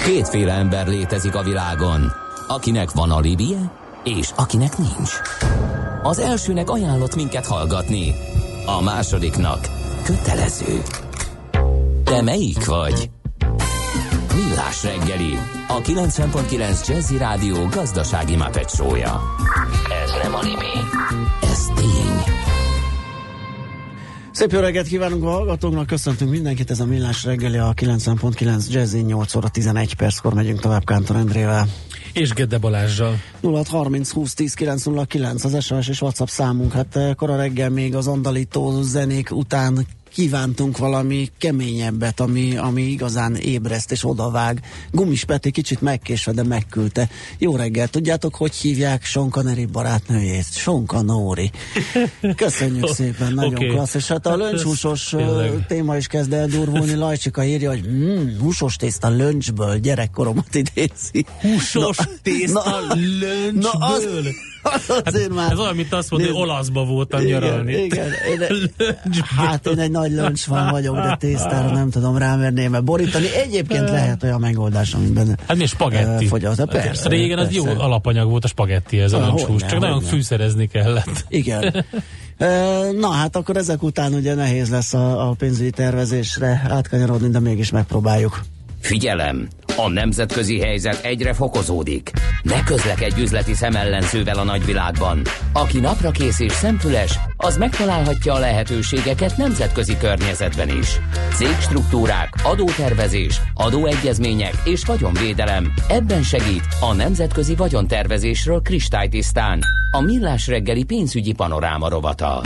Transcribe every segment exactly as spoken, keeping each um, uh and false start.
Kétféle ember létezik a világon, akinek van alibije, és akinek nincs. Az elsőnek ajánlott minket hallgatni, a másodiknak kötelező. Te melyik vagy? Millás reggeli, a kilencven pont kilenc Jazzy Rádió gazdasági Muppet show-ja. Ez nem anime, ez tény. Szép jó reggelt kívánunk a hallgatóknak, köszöntünk mindenkit, ez a Millás reggeli, a kilencven pont kilenc Jazzy, nyolc óra tizenegy perckor megyünk tovább Kántor Endrével. És Gede Balázsral. nulla harminc húsz tíz kilenc nulla kilenc az es em es és WhatsApp számunk. Hát kora reggel még az andalító zenék után kívántunk valami keményebbet, ami, ami igazán ébreszt és odavág. Gumis Peti kicsit megkésve, de megküldte. Jó reggel, tudjátok, hogy hívják Sonka Neri barátnőjét? Sonka Nóri. Köszönjük szépen, nagyon okay. Klassz. És hát a löncshúsos téma is kezd eldurvulni. Lajcsika írja, hogy mm, húsos tészta löncsből, gyerekkoromat idézi. Húsos na, tészta na, löncsből? Na az, hát, már ez olyan, mint azt mondani, hogy olaszba voltam igen, nyaralni. Igen, én, hát én egy nagy löncsfán vagyok, de tésztára nem tudom rámerni, mert borítani. Egyébként lehet olyan megoldás, amiben hát mi spagetti? Fogyaszt. Persze, régen persze. Az jó alapanyag volt a spagetti, ez a löncshús, csak nagyon fűszerezni kellett. Igen. Na hát akkor ezek után ugye nehéz lesz a, a pénzügyi tervezésre átkanyarodni, de mégis megpróbáljuk. Figyelem! A nemzetközi helyzet egyre fokozódik. Ne közlekedj üzleti szemellenzővel a nagyvilágban. Aki naprakész és szemfüles, az megtalálhatja a lehetőségeket nemzetközi környezetben is. Cégstruktúrák, adótervezés, adóegyezmények és vagyonvédelem. Ebben segít a nemzetközi vagyontervezésről kristálytisztán a Millás reggeli pénzügyi panoráma rovata.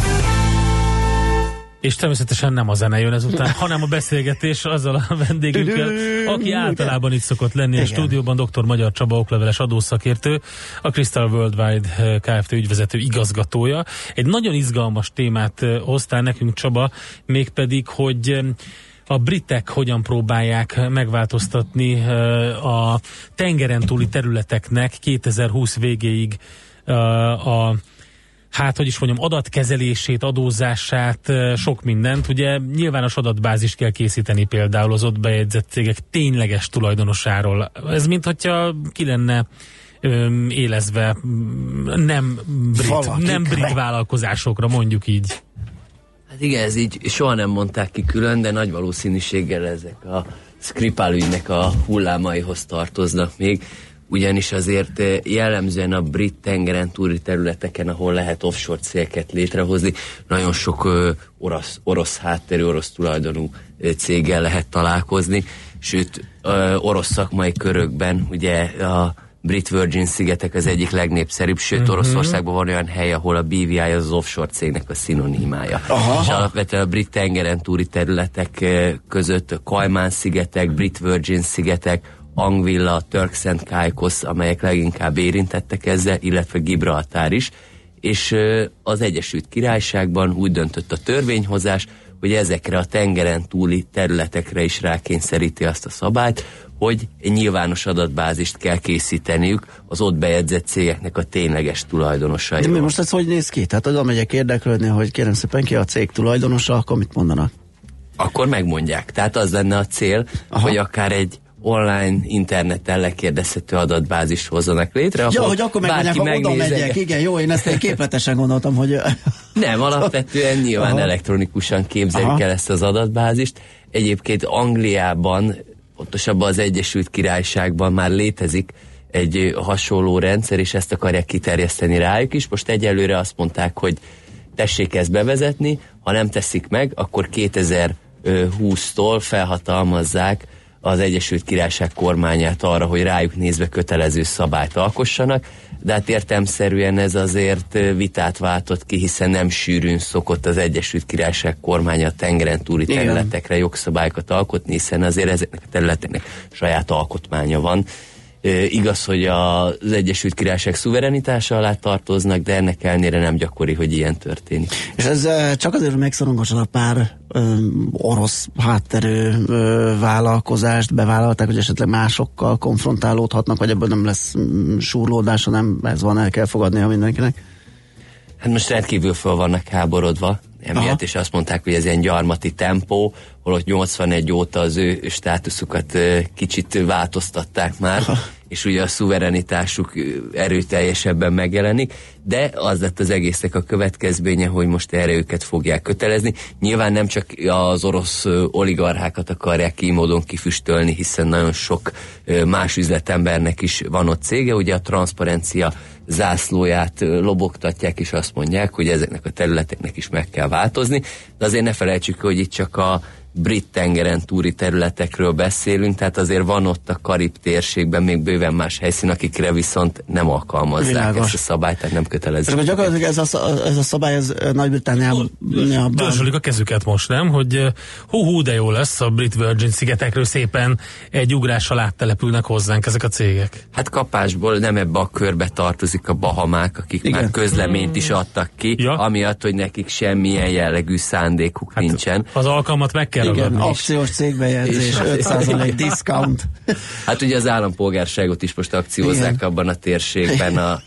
És természetesen nem a zene jön ezután, hanem a beszélgetés azzal a vendégünkkel, aki általában itt szokott lenni a stúdióban, dr. Magyar Csaba okleveles adószakértő, a Crystal Worldwide Kft. Ügyvezető igazgatója. Egy nagyon izgalmas témát hoztál nekünk, Csaba, mégpedig, hogy a britek hogyan próbálják megváltoztatni a tengeren túli területeknek kétezer-húsz végéig a hát, hogy is mondjam, adatkezelését, adózását, sok mindent. Ugye nyilvános adatbázist kell készíteni például az ott bejegyzett cégek tényleges tulajdonosáról. Ez minthogyha ki lenne öm, élezve nem brit, nem brit vállalkozásokra, mondjuk így. Hát igen, ez így soha nem mondták ki külön, de nagy valószínűséggel ezek a Skripal ügynek a hullámaihoz tartoznak még. Ugyanis azért jellemzően a brit tengeren túli területeken, ahol lehet offshore cégeket létrehozni, nagyon sok ö, orosz, orosz hátterű, orosz tulajdonú ö, céggel lehet találkozni, sőt ö, orosz szakmai körökben ugye a Brit Virgin szigetek az egyik legnépszerűbb, sőt uh-huh. Oroszországban van olyan hely, ahol a bé vé i az, az offshore cégnek a szinonimája. Aha. És alapvetően a brit tengeren túli területek között a Cayman szigetek, Brit Virgin szigetek, Angvilla, Turks and Caicos, amelyek leginkább érintettek ezzel, illetve Gibraltár is, és az Egyesült Királyságban úgy döntött a törvényhozás, hogy ezekre a tengeren túli területekre is rákényszeríti azt a szabályt, hogy egy nyilvános adatbázist kell készíteniük az ott bejegyzett cégeknek a tényleges tulajdonosairól. De mi most ez hogy néz ki? Tehát oda megyek érdeklődni, hogy kérem szépen ki a cég tulajdonosa, akkor mit mondanak? Akkor megmondják. Tehát az lenne a cél, aha. hogy akár egy online, interneten lekérdezhető adatbázist hozzanak létre. Ja, hogy akkor megmondják, ha oda megyek. Igen, jó, én ezt egy képletesen gondoltam, hogy... Nem, alapvetően nyilván aha. elektronikusan képzeljük aha. el ezt az adatbázist. Egyébként Angliában, pontosabban az Egyesült Királyságban már létezik egy hasonló rendszer, és ezt akarják kiterjeszteni rájuk is. Most egyelőre azt mondták, hogy tessék ezt bevezetni, ha nem teszik meg, akkor kétezer-húsztól felhatalmazzák az Egyesült Királyság kormányát arra, hogy rájuk nézve kötelező szabályt alkossanak, de hát értelemszerűen ez azért vitát váltott ki, hiszen nem sűrűn szokott az Egyesült Királyság kormánya a tengeren túli területekre jogszabályokat alkotni, hiszen azért ezeknek a területeknek saját alkotmánya van. E, igaz, hogy az Egyesült Királyság szuverenitása alá tartoznak, de ennek ellenére nem gyakori, hogy ilyen történik. És ez e, csak azért megszorongosan a pár ö, orosz hátterű ö, vállalkozást bevállalták, hogy esetleg másokkal konfrontálódhatnak, vagy ebből nem lesz m, súrlódás, hanem ez van, el kell fogadnia mindenkinek? Hát most rendkívül föl vannak háborodva, emiatt, aha. és azt mondták, hogy ez ilyen gyarmati tempó, holott nyolcvanegy óta az ő státuszukat kicsit változtatták már, aha. és ugye a szuverenitásuk erőteljesebben megjelenik, de az lett az egésznek a következménye, hogy most erre őket fogják kötelezni. Nyilván nem csak az orosz oligarchákat akarják így módon kifüstölni, hiszen nagyon sok más üzletembernek is van ott cége, ugye a transzparencia zászlóját lobogtatják, és azt mondják, hogy ezeknek a területeknek is meg kell változni, de azért ne felejtsük, hogy itt csak a brit tengeren túli területekről beszélünk, tehát azért van ott a Karib térségben még bőven más helyszín, akikre viszont nem alkalmazzák Világos. ezt a szabályt, tehát nem kötelező. És gyakorlatilag ez a, ez a szabály, ez Nagy-Britanniában... Dörzsölik a kezüket most, nem? Hogy hú-hú, de jó lesz, a Brit Virgin szigetekről szépen egy ugrással áttelepülnek hozzánk ezek a cégek. Hát kapásból nem ebbe a körbe tartozik a Bahamák, akik Igen. már közleményt is adtak ki, ja. amiatt, hogy nekik semmilyen jellegű szándékuk hát nincsen. Az alkalmat meg kell Igen, ragadni. Akciós cégbejegyzés, öt százalék discount. Hát ugye az állampolgárságot is most akciózzák Igen. abban a térségben a,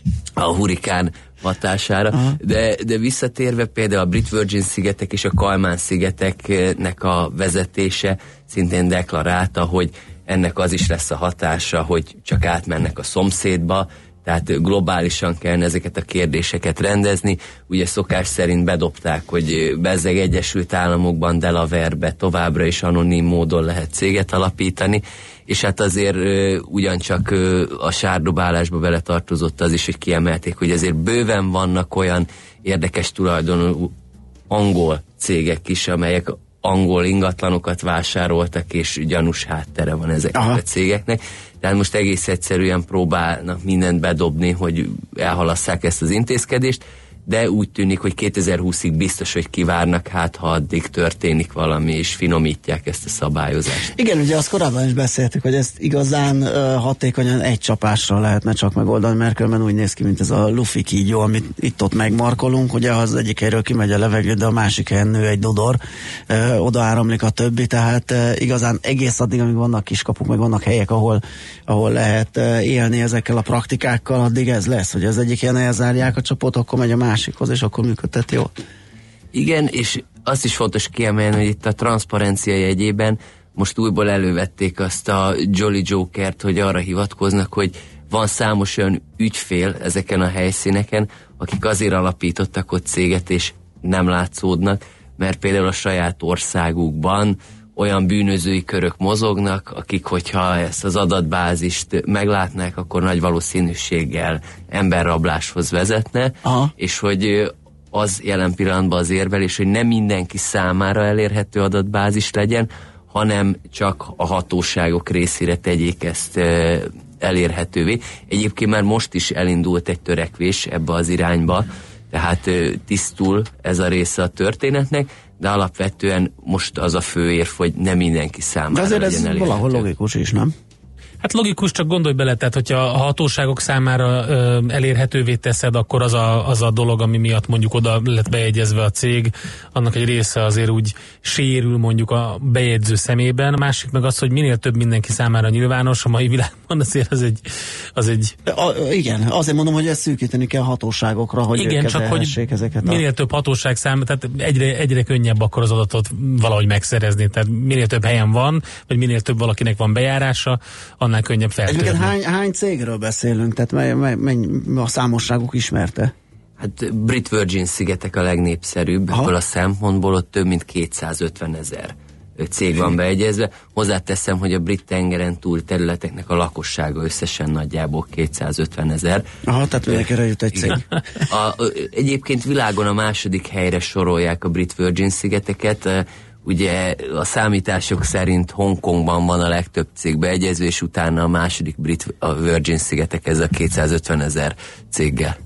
a hurikán hatására, de, de visszatérve például a Brit Virgin szigetek és a Kajmán szigeteknek a vezetése szintén deklarálta, hogy ennek az is lesz a hatása, hogy csak átmennek a szomszédba, tehát globálisan kellene ezeket a kérdéseket rendezni. Ugye szokás szerint bedobták, hogy bezzeg Egyesült Államokban, Delaware-be továbbra is anonim módon lehet céget alapítani, és hát azért uh, ugyancsak uh, a sárdobálásba beletartozott az is, hogy kiemelték, hogy azért bőven vannak olyan érdekes tulajdonú angol cégek is, amelyek angol ingatlanokat vásároltak, és gyanús háttere van ezeknek Aha. a cégeknek. Tehát most egész egyszerűen próbálnak mindent bedobni, hogy elhalasszák ezt az intézkedést, de úgy tűnik, hogy kétezer-húszig biztos, hogy kivárnak, hát ha addig történik valami, és finomítják ezt a szabályozást. Igen, ugye azt korábban is beszéltük, hogy ezt igazán uh, hatékonyan egy csapásra lehetne csak megoldani, mert különben úgy néz ki, mint ez a lufi kígyó, amit itt-ott megmarkolunk, ugye az egyik helyről kimegy a levegő, de a másik helyen nő egy dodor, uh, oda áramlik a többi, tehát uh, igazán egész addig, amíg vannak kiskapuk, meg vannak helyek, ahol, ahol lehet uh, élni ezekkel a praktikákkal, addig ez lesz, hogy az egyik helyen elzárják a csapot, akkor megy a másik másikhoz, és akkor működtet jól. Igen, és azt is fontos kiemelni, hogy itt a transzparencia jegyében most újból elővették azt a Jolly Jokert, hogy arra hivatkoznak, hogy van számos olyan ügyfél ezeken a helyszíneken, akik azért alapítottak ott céget, és nem látszódnak, mert például a saját országukban olyan bűnözői körök mozognak, akik, hogyha ezt az adatbázist meglátnák, akkor nagy valószínűséggel emberrabláshoz vezetne, Aha. és hogy az jelen pillanatban az érvelés, hogy nem mindenki számára elérhető adatbázis legyen, hanem csak a hatóságok részére tegyék ezt elérhetővé. Egyébként már most is elindult egy törekvés ebbe az irányba, tehát tisztul ez a része a történetnek, de alapvetően most az a főérv, hogy nem mindenki számára de azért legyen elérhető. Ez valahol logikus is, nem? Hát logikus, csak gondolj bele, tehát hogyha a hatóságok számára ö, elérhetővé teszed, akkor az a, az a dolog, ami miatt mondjuk oda lett bejegyezve a cég, annak egy része azért úgy sérül mondjuk a bejegyző szemében, a másik meg az, hogy minél több mindenki számára nyilvános a mai világban, azért az egy... Az egy... A, igen, azért mondom, hogy ezt szűkíteni kell hatóságokra, hogy igen, csak hogy ezeket minél a... több hatóság számára, tehát egyre, egyre könnyebb akkor az adatot valahogy megszerezni, tehát minél több helyen van, vagy minél több valakinek van bejárása, annál könnyebb feltörni. Hány, hány cégről beszélünk? Tehát mely, mely, mely, a számosságuk ismerte? Hát Brit Virgin szigetek a legnépszerűbb, ebből a szempontból ott több mint kétszázötven ezer cég van beegyezve. Hozzáteszem, hogy a brit tengeren túl területeknek a lakossága összesen nagyjából kétszázötven ezer. Aha, tehát mindenkire jut egy cég. A, egyébként világon a második helyre sorolják a Brit Virgin szigeteket. Ugye a számítások szerint Hongkongban van a legtöbb cég beegyező, és utána a második brit a Virgin szigetek ez a kétszázötven ezer céggel.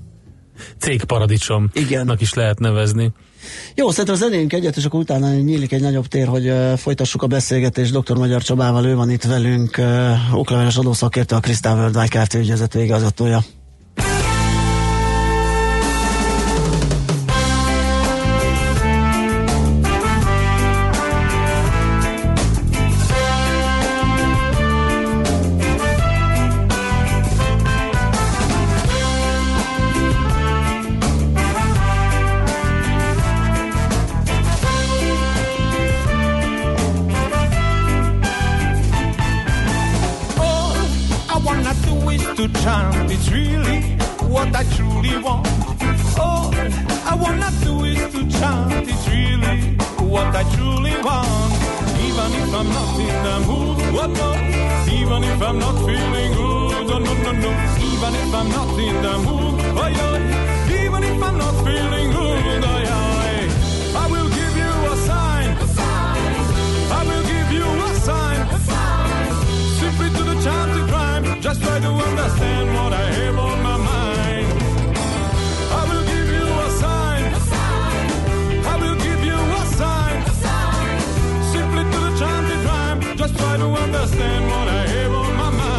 Cégparadicsomnak is lehet nevezni. Jó, szerintem zenéljünk egyet, és akkor utána nyílik egy nagyobb tér, hogy uh, folytassuk a beszélgetést doktor Magyar Csabával, ő van itt velünk, uh, okleveles adószakértő, a Crystal Worldwide Kft. Ügyvezető igazgatója. to chant, it's really what I truly want. All I wanna do is to chant, it's really what I truly want. Even if I'm not in the mood, oh no. Even if I'm not feeling good, oh no, no, no. Even if I'm not in the mood, oh yeah. Even if I'm not feeling good, oh yeah. I will give you a sign, a sign. I will give you a sign, a sign. Simply to the chanted rhyme, just try to understand what I have on my mind. I will give you a sign, a sign. I will give you a sign, a sign. Simply to the chanted rhyme, just try to understand what I have on my mind.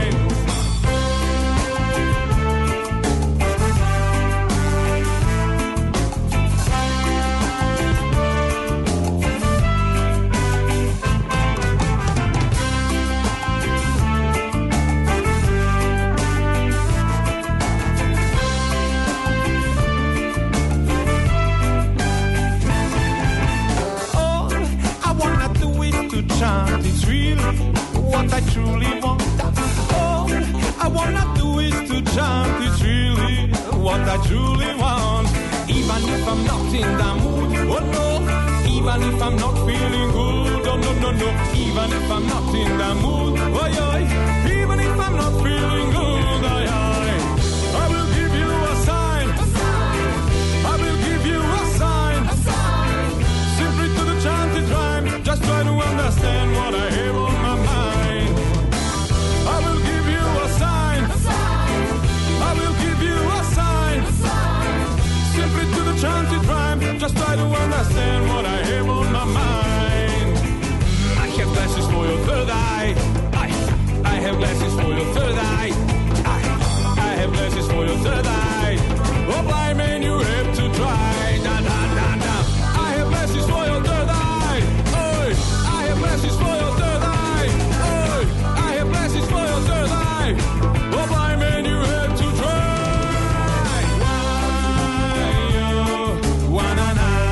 It's really what I truly want. All I wanna do is to chant. It's really what I truly want. Even if I'm not in the mood, oh no. Even if I'm not feeling good, oh no, no, no. Even if I'm not in the mood, oh yeah. Even if I'm not feeling good, oh yeah. I will give you a sign, a sign. I will give you a sign, a sign. Simply to the chanted rhyme, just try to understand what I have on my mind. I will give you a sign, a sign. I will give you a sign, a sign. Simply to the chanted rhyme, just try to understand what I have on my mind. I have glasses for your third eye. I, I have glasses for your third eye. I, I have glasses for your third eye. Oh, blind man, you have to try. Da, da, da, da. I have glasses for your third eye. Oh, I have glasses for your third eye. Oh, I have glasses for your third eye. Oh, blind man, you have to try. Why, oh, wanna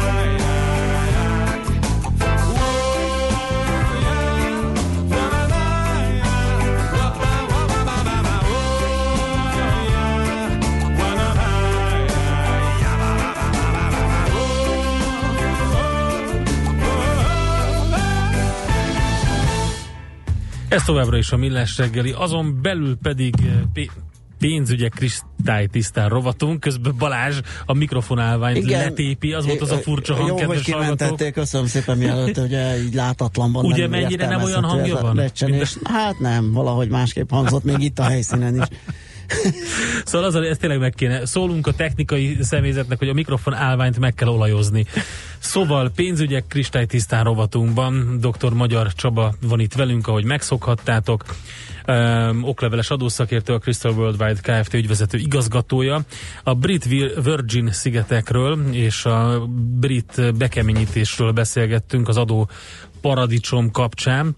Ez továbbra is a Millás reggeli, azon belül pedig p- pénzügyek kristálytisztán rovatunk, közben Balázs a mikrofonálványt igen, letépi, az volt az a furcsa hang, kedves hallgatók. Jó, hogy kimentették, köszönöm szépen, mielőtt, ugye így látatlanban ugye nem mennyire nem olyan hangja van? Lecsenés. Hát nem, valahogy másképp hangzott még itt a helyszínen is. Szóval az, ezt tényleg meg kéne. Szólunk a technikai személyzetnek, hogy a mikrofon állványt meg kell olajozni. Szóval pénzügyek kristálytisztán rovatunkban dr. Magyar Csaba van itt velünk, ahogy megszokhattátok. Um, okleveles adószakértő, a Crystal Worldwide Kft. Ügyvezető igazgatója. A brit Virgin szigetekről és a brit bekeményítésről beszélgettünk az adó paradicsom kapcsán.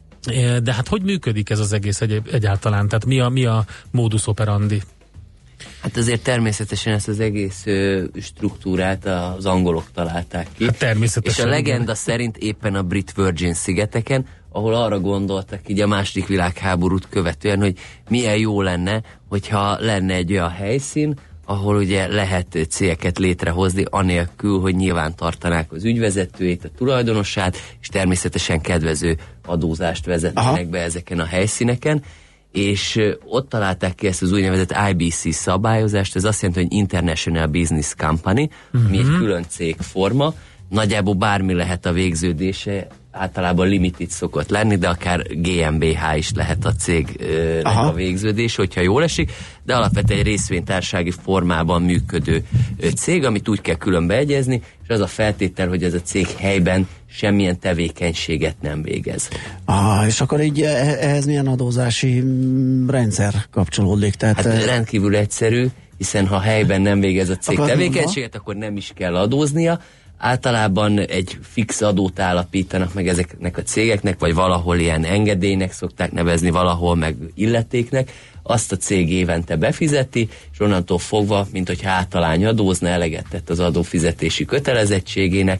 De hát hogy működik ez az egész egy, egyáltalán? Tehát mi a, mi a modus operandi? Hát azért természetesen ezt az egész ö, struktúrát az angolok találták ki. Hát természetesen. És a legenda szerint éppen a brit Virgin szigeteken, ahol arra gondoltak így a második világháborút követően, hogy milyen jó lenne, hogyha lenne egy olyan helyszín, ahol ugye lehet cégeket létrehozni, anélkül, hogy nyilván tartanák az ügyvezetőjét, a tulajdonosát, és természetesen kedvező adózást vezetnének Aha. be ezeken a helyszíneken, és ott találták ki ezt az úgynevezett I B C szabályozást, ez azt jelenti, hogy International Business Company, uh-huh. ami egy külön cégforma, nagyjából bármi lehet a végződése, általában limited szokott lenni, de akár G m B H is lehet a cégnek Aha. a végződés, hogyha jól esik, de alapvetően egy részvénytársasági formában működő cég, amit úgy kell külön beegyezni, és az a feltétel, hogy ez a cég helyben semmilyen tevékenységet nem végez. Ah, és akkor így ehhez milyen adózási rendszer kapcsolódik? Tehát hát rendkívül egyszerű, hiszen ha helyben nem végez a cég tevékenységet, akkor nem is kell adóznia. Általában egy fix adót állapítanak meg ezeknek a cégeknek, vagy valahol ilyen engedélynek szokták nevezni, valahol meg illetéknek. Azt a cég évente befizeti, és onnantól fogva, mint hogyha általány adózna, eleget tett az adófizetési kötelezettségének,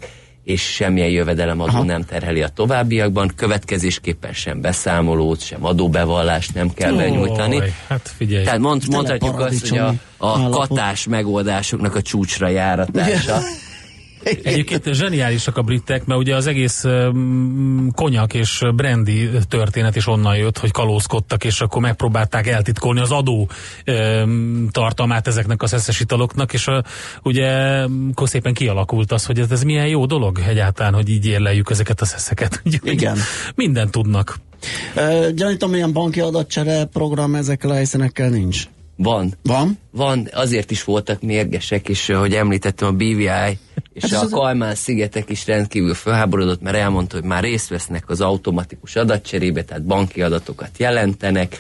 és semmilyen jövedelemadó Aha. nem terheli a továbbiakban, következésképpen sem beszámolót, sem adóbevallást nem kell benyújtani. Oly, hát figyelj. Tehát mond, mondhatjuk azt, hogy a, a katás megoldásoknak a csúcsra járatása. Egyébként zseniálisak a britek, mert ugye az egész um, konyak és brandy történet is onnan jött, hogy kalózkodtak, és akkor megpróbálták eltitkolni az adó um, tartalmát ezeknek a szeszes italoknak, és uh, ugye akkor szépen kialakult az, hogy ez, ez milyen jó dolog egyáltalán, hogy így érleljük ezeket a szeszeket. Igen. Mindent tudnak. Uh, gyanítom, ilyen banki adatcsere program ezekkel a helyszínekkel nincs. Van. Van? Van, azért is voltak mérgesek, és ahogy említettem, a bé vé i és hát a Kajmán-szigetek is rendkívül felháborodott, mert elmondta, hogy már részt vesznek az automatikus adatcserébe, tehát banki adatokat jelentenek,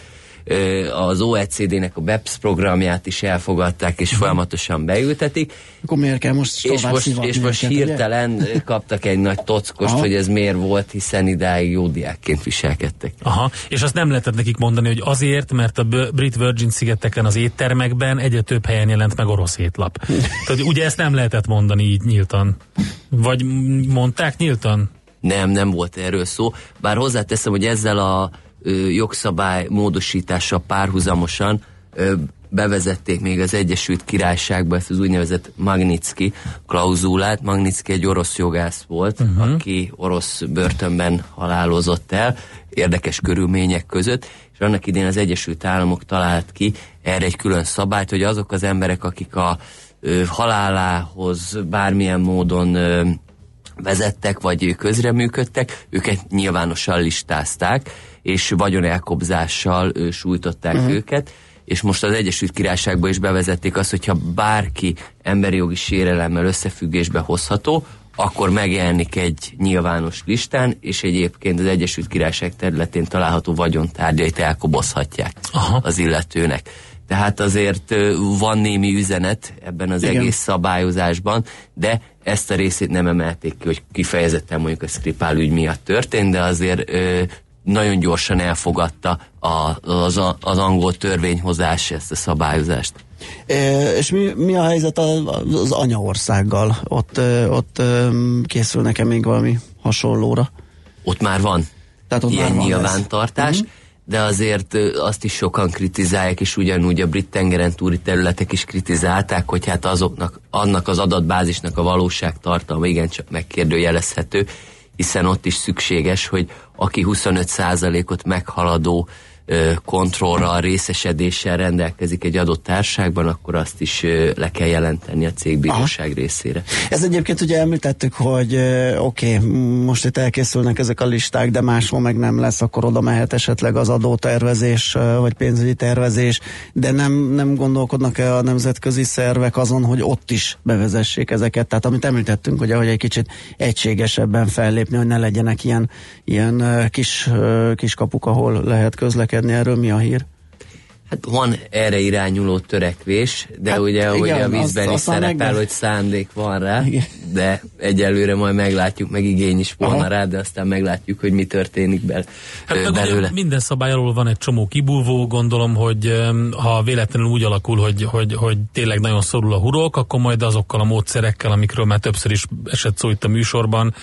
az o e cé dé-nek a bé e pé es programját is elfogadták, és folyamatosan beültetik. Akkor miért kell most és most, és most hirtelen ugye? Kaptak egy nagy tockost, hogy ez miért volt, hiszen idáig jó diákként viselkedtek. Aha, és azt nem lehetett nekik mondani, hogy azért, mert a Brit Virgin szigeteken az éttermekben egyre több helyen jelent meg orosz étlap. Tehát ugye ezt nem lehetett mondani így nyíltan. Vagy mondták nyíltan? Nem, nem volt erről szó. Bár hozzáteszem, hogy ezzel a ö, jogszabály módosítással párhuzamosan ö, bevezették még az Egyesült Királyságba ezt az úgynevezett Magnitsky klauzulát. Magnitsky egy orosz jogász volt, uh-huh. aki orosz börtönben halálozott el, érdekes körülmények között, és annak idén az Egyesült Államok talált ki erre egy külön szabályt, hogy azok az emberek, akik a ö, halálához bármilyen módon ö, vezettek, vagy közreműködtek, őket nyilvánosan listázták, és vagyonelkobzással ö, sújtották uh-huh. őket, és most az Egyesült Királyságban is bevezették azt, hogyha bárki emberi jogi sérelemmel összefüggésbe hozható, akkor megjelenik egy nyilvános listán, és egyébként az Egyesült Királyság területén található vagyontárgyait elkobozhatják Aha. az illetőnek. Tehát azért van némi üzenet ebben az Igen. egész szabályozásban, de ezt a részét nem emelték ki, hogy kifejezetten mondjuk a Skripal ügy miatt történt, de azért ö, nagyon gyorsan elfogadta a, az, a, az angol törvényhozás ezt a szabályozást. E, és mi, mi a helyzet az anyaországgal? Ott, ott készülnek-e még valami hasonlóra? Ott már van Tehát ott ilyen már van nyilvántartás, uh-huh. de azért azt is sokan kritizálják, és ugyanúgy a brit tengeren túli területek is kritizálták, hogy hát azoknak, annak az adatbázisnak a valóságtartalma igencsak megkérdőjelezhető, hiszen ott is szükséges, hogy aki huszonöt százalékot meghaladó ö, kontrollral, részesedéssel rendelkezik egy adott társaságban, akkor azt is ö, le kell jelenteni a cégbíróság Aha. részére. Ez egyébként ugye említettük, hogy oké, okay, most itt elkészülnek ezek a listák, de máshol meg nem lesz, akkor oda mehet esetleg az adótervezés, vagy pénzügyi tervezés, de nem, nem gondolkodnak-e a nemzetközi szervek azon, hogy ott is bevezessék ezeket? Tehát amit említettünk, ugye, hogy egy kicsit egységesebben fellépni, hogy ne legyenek ilyen, ilyen kis, kis kapuk, ahol lehet közlekedni. Erről mi a hír? Hát van erre irányuló törekvés, de hát ugye, igen, hogy a vízben azt, is szerepel, meg... hogy szándék van rá, igen. de egyelőre majd meglátjuk, meg igény is volna Aha. rá, de aztán meglátjuk, hogy mi történik bel, hát, belőle. Minden szabály alól van egy csomó kibúvó, gondolom, hogy ha véletlenül úgy alakul, hogy, hogy, hogy tényleg nagyon szorul a hurok, akkor majd azokkal a módszerekkel, amikről már többször is esett szó itt a műsorban,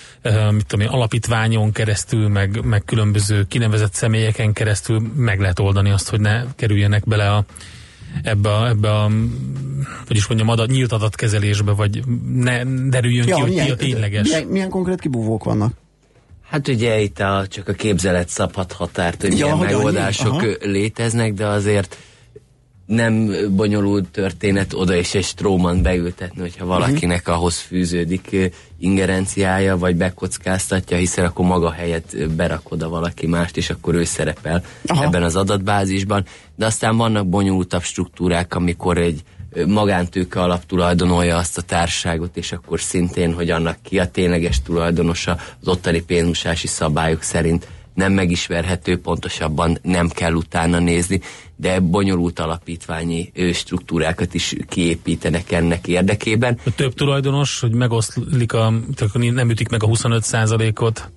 mit tudom én, alapítványon keresztül, meg, meg különböző kinevezett személyeken keresztül meg lehet oldani azt, hogy ne kerüljenek bele a, ebbe a, ebbe a vagyis mondjam, adat, nyílt adatkezelésbe, vagy ne derüljön ja, ki, hogy milyen, ki a tényleges. Milyen, milyen konkrét kibúvók vannak? Hát ugye itt a, csak a képzelet szabhat határt, hogy ja, milyen hogy megoldások léteznek, de azért nem bonyolult történet oda is egy stróman beültetni, hogyha valakinek uh-huh. ahhoz fűződik ingerenciája, vagy bekockáztatja, hiszen akkor maga helyett berak oda valaki mást, és akkor ő szerepel Aha. ebben az adatbázisban. De aztán vannak bonyolultabb struktúrák, amikor egy magántőke alap tulajdonolja azt a társaságot, és akkor szintén, hogy annak ki a tényleges tulajdonosa, az ottani pénzmosási szabályok szerint nem megismerhető, pontosabban nem kell utána nézni, de bonyolult alapítványi struktúrákat is kiépítenek ennek érdekében. A több tulajdonos, hogy megoszlik, a, nem ütik meg a huszonöt százalékot?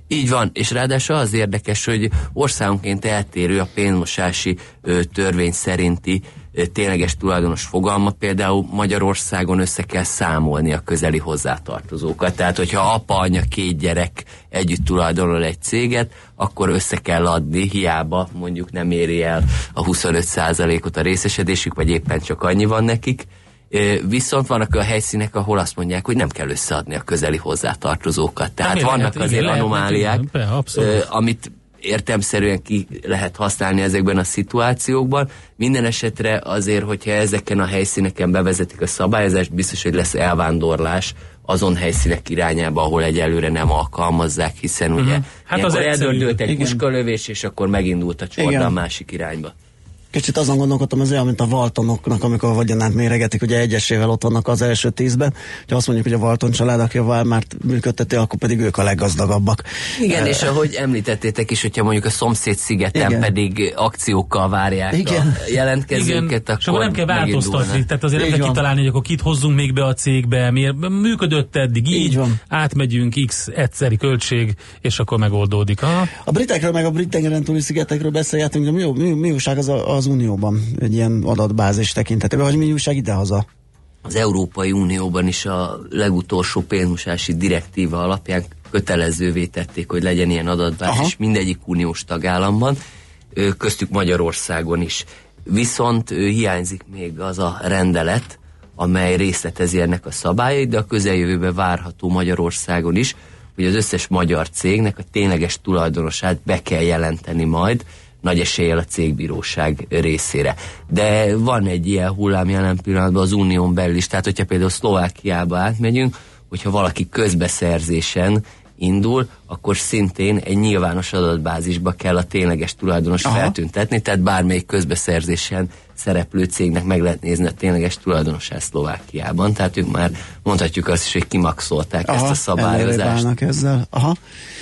Így van, és ráadásul az érdekes, hogy országonként eltérő a pénzmosási ö, törvény szerinti ö, tényleges tulajdonos fogalma. Például Magyarországon össze kell számolni a közeli hozzátartozókat. Tehát, hogyha apa, anya, két gyerek együtt tulajdonol egy céget, akkor össze kell adni, hiába mondjuk nem éri el a huszonöt százalékot a részesedésük, vagy éppen csak annyi van nekik. Viszont vannak a helyszínek, ahol azt mondják, hogy nem kell összeadni a közeli hozzátartozókat. Tehát nem vannak lehet, azért igen, anomáliák, lehet, amit értelemszerűen ki lehet használni ezekben a szituációkban. Minden esetre azért, hogyha ezeken a helyszíneken bevezetik a szabályozást, biztos, hogy lesz elvándorlás azon helyszínek irányába, ahol egyelőre nem alkalmazzák, hiszen uh-huh. ugye hát az eldördült egy puskalövés, és akkor megindult a csorda a másik irányba. Kicsit azon gondolkodtam, ez olyan, mint a Waltonoknak, amikor a vagyonát méregetik, ugye egyesével ott vannak az első tízben, ha azt mondjuk, hogy a Walton család, aki a Walmart működteti, akkor pedig ők a leggazdagabbak. Igen, és ahogy említettétek is, hogyha mondjuk a szomszéd szigeten igen. pedig akciókkal várják igen. a jelentkezőket, igen. akkor nem kell változtatni, tehát azért nem kell kitalálni, hogy akkor kit hozzunk még be a cégbe, miért működött eddig így, így átmegyünk X egyszeri költség, és akkor megoldódik. Aha. A britekről meg a brit tengeren túli szigetekről beszélgetünk, de mi, mi, mi újság az a az Unióban egy ilyen adatbázis tekintetében, vagy mi újság idehaza? Az Európai Unióban is a legutolsó pénzmosási direktíva alapján kötelezővé tették, hogy legyen ilyen adatbázis mindegyik uniós tagállamban, köztük Magyarországon is. Viszont hiányzik még az a rendelet, amely részletezi ennek a szabályait, de a közeljövőben várható Magyarországon is, hogy az összes magyar cégnek a tényleges tulajdonosát be kell jelenteni majd, nagy eséllyel a cégbíróság részére. De van egy ilyen hullám jelen pillanatban az unión belül is, tehát hogyha például Szlovákiába átmegyünk, hogyha valaki közbeszerzésen indul, akkor szintén egy nyilvános adatbázisba kell a tényleges tulajdonos Aha. feltüntetni, tehát bármelyik közbeszerzésen szereplő cégnek meg lehet nézni a tényleges tulajdonosát Szlovákiában, tehát ők már mondhatjuk azt is, hogy kimaxolták Aha, ezt a szabályozást. Ezzel. Aha.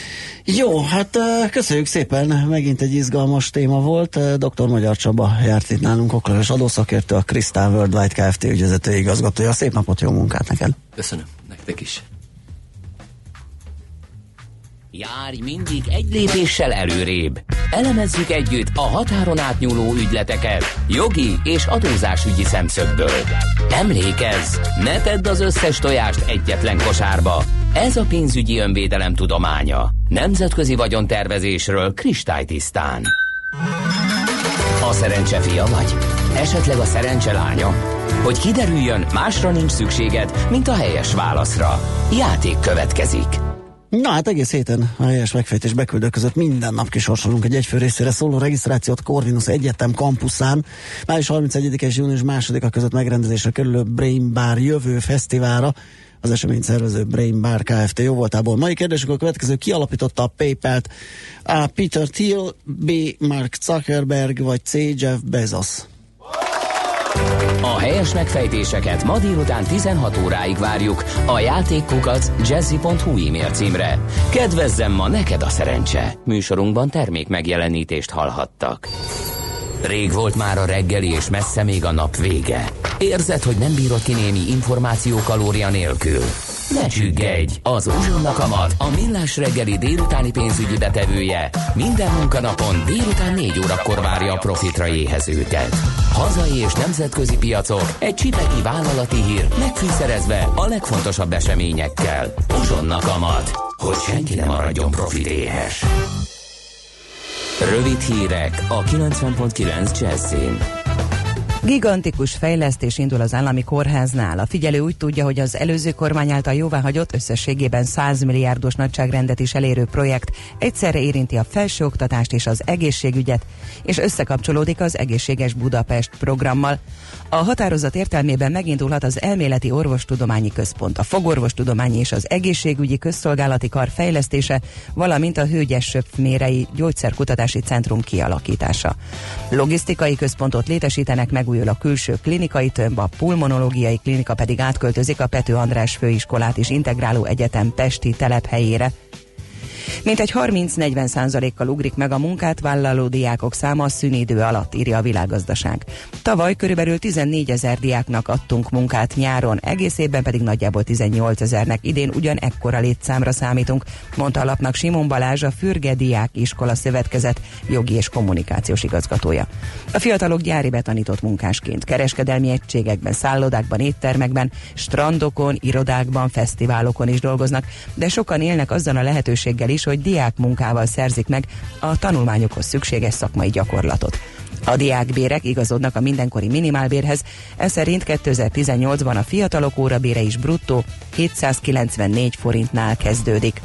Jó, hát köszönjük szépen, megint egy izgalmas téma volt. doktor Magyar Csaba járt itt nálunk, okleveles adószakértő, a Crystal Worldwide Kft. Ügyvezető igazgatója. Szép napot, jó munkát neked! Köszönöm, nektek is! Járj mindig egy lépéssel előrébb. Elemezzük együtt a határon átnyúló ügyleteket jogi és adózásügyi szemszögből. Emlékezz, ne tedd az összes tojást egyetlen kosárba. Ez a pénzügyi önvédelem tudománya. Nemzetközi vagyontervezésről kristálytisztán. A szerencse fia vagy? Esetleg a szerencse lánya? Hogy kiderüljön, másra nincs szükséged, mint a helyes válaszra. Játék következik. Na hát egész héten a helyes megfejtés beküldők között minden nap kisorsolunk egy egyfő részére szóló regisztrációt Corvinus Egyetem kampuszán. május harmincegyedike és június másodika között megrendezésre kerülő Brain Bar jövő fesztiválra. Az esemény szervező Brain Bar Kft. Jóvoltából. Mai kérdésük a következő: ki alapította a PayPal-t? A. Peter Thiel, B. Mark Zuckerberg, vagy C. Jeff Bezos? A helyes megfejtéseket ma délután tizenhat óráig várjuk a játékkukac jazzy pont hu e-mail címre. Kedvezzem ma neked a szerencse! Műsorunkban termék megjelenítést hallhattak. Rég volt már a reggeli, és messze még a nap vége. Érzed, hogy nem bírod ki némi információ kalória nélkül? Ne csüggedj! Az Uzsonnakamat, a millás reggeli délutáni pénzügyi betevője minden munkanapon délután négy órakor várja a profitra éhezőket. Hazai és nemzetközi piacok, egy csipeki vállalati hír, megfűszerezve a legfontosabb eseményekkel. Uzsonnakamat, hogy senki ne maradjon profitéhes. Rövid hírek a kilencven pont kilenc Jazzin. Gigantikus fejlesztés indul az állami kórháznál. A figyelő úgy tudja, hogy az előző kormány által jóváhagyott, összességében száz milliárdos nagyságrendet is elérő projekt egyszerre érinti a felsőoktatást és az egészségügyet, és összekapcsolódik az Egészséges Budapest programmal. A határozat értelmében megindulhat az Elméleti Orvostudományi Központ, a Fogorvostudományi és az Egészségügyi Közszolgálati Kar fejlesztése, valamint a Hőgyes-Söpfmérei Gyógyszerkutatási Centrum kialakítása. Logisztikai központot létesítenek, megújul a külső klinikai tömb, a pulmonológiai klinika pedig átköltözik a Pető András Főiskolát is integráló egyetem pesti telephelyére. Mintegy harminc-negyven százalékkal ugrik meg a munkát vállaló diákok száma a szünidő alatt, írja a Világgazdaság. Tavaly körülbelül tizennégyezer diáknak adtunk munkát nyáron, egész évben pedig nagyjából tizennyolcezernek, idén ugyan ekkora létszámra számítunk, mondta a lapnak Simon Balázs, a Fürge Diák Iskola Szövetkezet jogi és kommunikációs igazgatója. A fiatalok gyári betanított munkásként, kereskedelmi egységekben, szállodákban, éttermekben, strandokon, irodákban, fesztiválokon is dolgoznak, de sokan élnek azzal a lehetőséggel is, hogy diák munkával szerzik meg a tanulmányokhoz szükséges szakmai gyakorlatot. A diákbérek igazodnak a mindenkori minimálbérhez, ez szerint kétezer-tizennyolcban a fiatalok órabére is bruttó hétszázkilencvennégy forintnál kezdődik.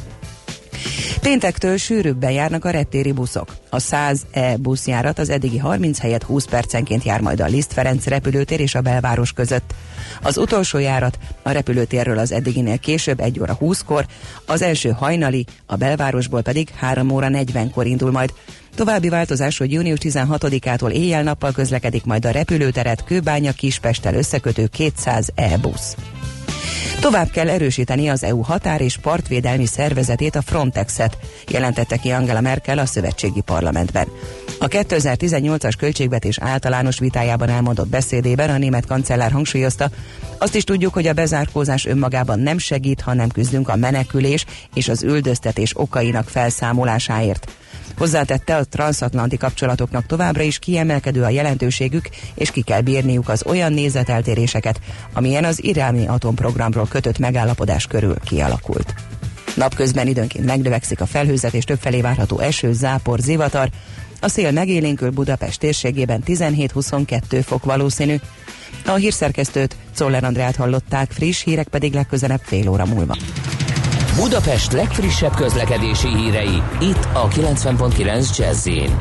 Péntektől sűrűbben járnak a reptéri buszok. A száz E buszjárat az eddigi harminc helyett húsz percenként jár majd a Liszt Ferenc repülőtér és a belváros között. Az utolsó járat a repülőtérről az eddiginél később egy óra húszkor, az első hajnali, a belvárosból pedig három óra negyvenkor indul majd. További változás, hogy június tizenhatodikától éjjel-nappal közlekedik majd a repülőteret Kőbánya-Kispesttel összekötő kétszáz E busz. Tovább kell erősíteni az é u határ- és partvédelmi szervezetét, a Frontexet, jelentette ki Angela Merkel a szövetségi parlamentben. A kétezer-tizennyolcas költségvetés általános vitájában elmondott beszédében a német kancellár hangsúlyozta, azt is tudjuk, hogy a bezárkózás önmagában nem segít, ha nem küzdünk a menekülés és az üldöztetés okainak felszámolásáért. Hozzátette, a transatlanti kapcsolatoknak továbbra is kiemelkedő a jelentőségük, és ki kell bírniuk az olyan nézeteltéréseket, amilyen az iráni atomprogramról kötött megállapodás körül kialakult. Napközben időnként megnövekszik a felhőzet, és többfelé várható eső, zápor, zivatar. A szél megélénkül Budapest térségében tizenhét-huszonkettő fok valószínű. A hírszerkesztőt, Czoller Andrát hallották, friss hírek pedig legközelebb fél óra múlva. Budapest legfrissebb közlekedési hírei, itt a kilencven pont kilenc Jazz-in.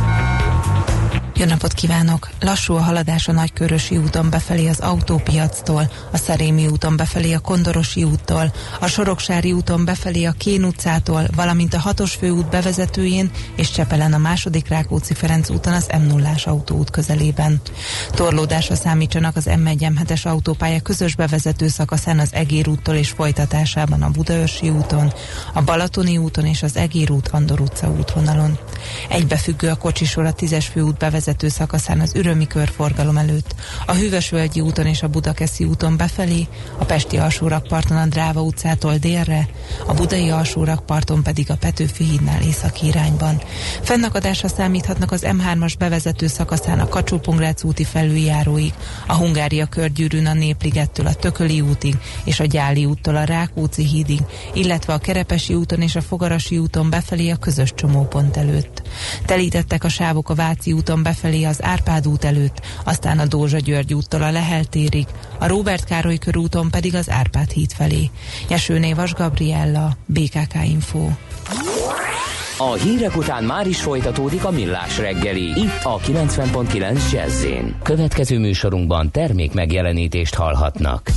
Jó napot kívánok! Lassú a haladás a Nagykörösi úton befelé az Autópiactól, a Szerémi úton befelé a Kondorosi úttól, a Soroksári úton befelé a Kén utcától, valamint a hatos főút bevezetőjén és Csepelen a második Rákóczi-Ferenc úton az M nullás autóút közelében. Torlódásra számítsanak az M egy M hetes autópálya közös bevezető szakaszán az Egér úttól és folytatásában a Budaörsi úton, a Balatoni úton és az Egér út Andor utca útvonalon. Egybefüggő a kocsisor a tízes főút bevezető szakaszán az Ürömi körforgalom előtt, a Hűvösvölgyi úton és a Budakeszi úton befelé, a Pesti alsórakparton a Dráva utcától délre, a Budai alsórakparton pedig a Petőfi hídnál északi irányban. Fennakadásra számíthatnak az M hármas bevezető szakaszán a Kacsó-Pongrác úti felüljáróig, a Hungária körgyűrűn a Népligettől a Tököli útig és a Gyáli úttól a Rákóczi hídig, illetve a Kerepesi úton és a Fogarasi úton befelé a közös csomópont előtt. Telítettek a sávok a Váci úton befelé az Árpád út előtt, aztán a Dózsa-György úttól a Lehel térig, a Róbert Károly körúton pedig az Árpád híd felé. Nyesőné Vas Gabriella, bé ká ká Info. A hírek után már is folytatódik a Millás reggeli, itt a kilencven pont kilenc Jazz-in. Következő műsorunkban termék megjelenítést hallhatnak.